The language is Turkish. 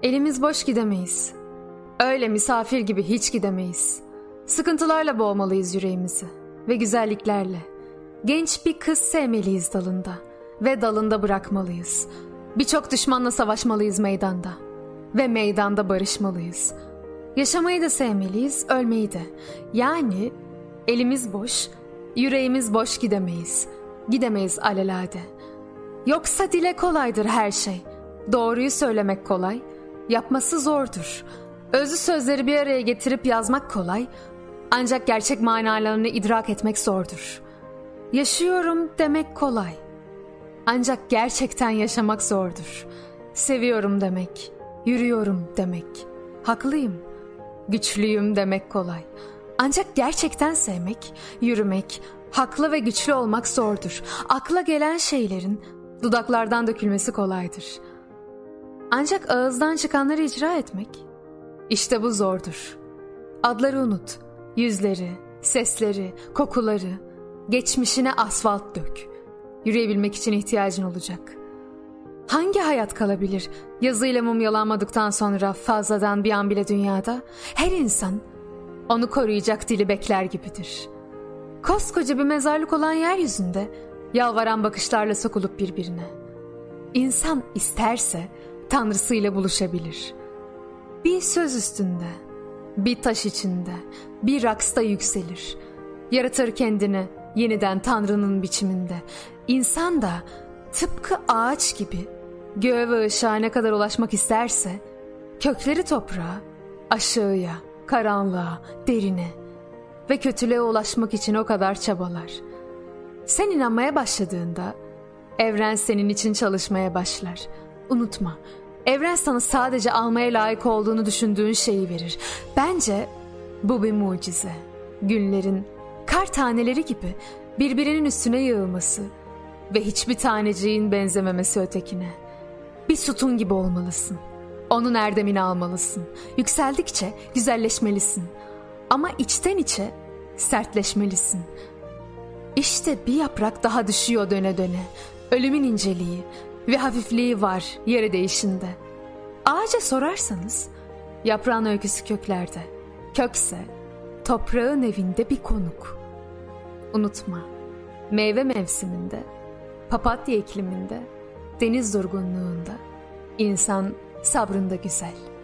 Elimiz boş gidemeyiz. Öyle misafir gibi hiç gidemeyiz. Sıkıntılarla boğmalıyız yüreğimizi ve güzelliklerle. Genç bir kız sevmeliyiz dalında ve dalında bırakmalıyız. Birçok düşmanla savaşmalıyız meydanda ve meydanda barışmalıyız. Yaşamayı da sevmeliyiz, ölmeyi de. Yani elimiz boş, yüreğimiz boş gidemeyiz. Gidemeyiz alelade. Yoksa dile kolaydır her şey. Doğruyu söylemek kolay, yapması zordur. Özlü sözleri bir araya getirip yazmak kolay, ancak gerçek manalarını idrak etmek zordur. Yaşıyorum demek kolay, ancak gerçekten yaşamak zordur. Seviyorum demek, yürüyorum demek, haklıyım, güçlüyüm demek kolay. Ancak gerçekten sevmek, yürümek, haklı ve güçlü olmak zordur. Akla gelen şeylerin dudaklardan dökülmesi kolaydır. Ancak ağızdan çıkanları icra etmek, işte bu zordur. Adları unut, yüzleri, sesleri, kokuları, geçmişine asfalt dök. Yürüyebilmek için ihtiyacın olacak. Hangi hayat kalabilir yazıyla mumyalanmadıktan sonra fazladan bir an bile dünyada? Her insan onu koruyacak dili bekler gibidir. Koskoca bir mezarlık olan yeryüzünde yalvaran bakışlarla sokulup birbirine. İnsan isterse Tanrısıyla buluşabilir. Bir söz üstünde, bir taş içinde, bir raksta yükselir. Yaratır kendini yeniden Tanrı'nın biçiminde. İnsan da tıpkı ağaç gibi göğe ve ışığa ne kadar ulaşmak isterse, kökleri toprağa, aşağıya, karanlığa, derine ve kötülüğe ulaşmak için o kadar çabalar. Sen inanmaya başladığında evren senin için çalışmaya başlar. Unutma, evren sana sadece almaya layık olduğunu düşündüğün şeyi verir. Bence bu bir mucize. Günlerin kar taneleri gibi birbirinin üstüne yığılması ve hiçbir taneciğin benzememesi ötekine. Bir sütun gibi olmalısın. Onun erdemini almalısın. Yükseldikçe güzelleşmelisin. Ama içten içe sertleşmelisin. İşte bir yaprak daha düşüyor döne döne. Ölümün inceliği ve hafifliği var yeri değişinde. Ağaca sorarsanız yaprağın öyküsü köklerde. Kökse toprağın evinde bir konuk. Unutma, meyve mevsiminde, papatya ikliminde, deniz durgunluğunda, insan sabrında güzel.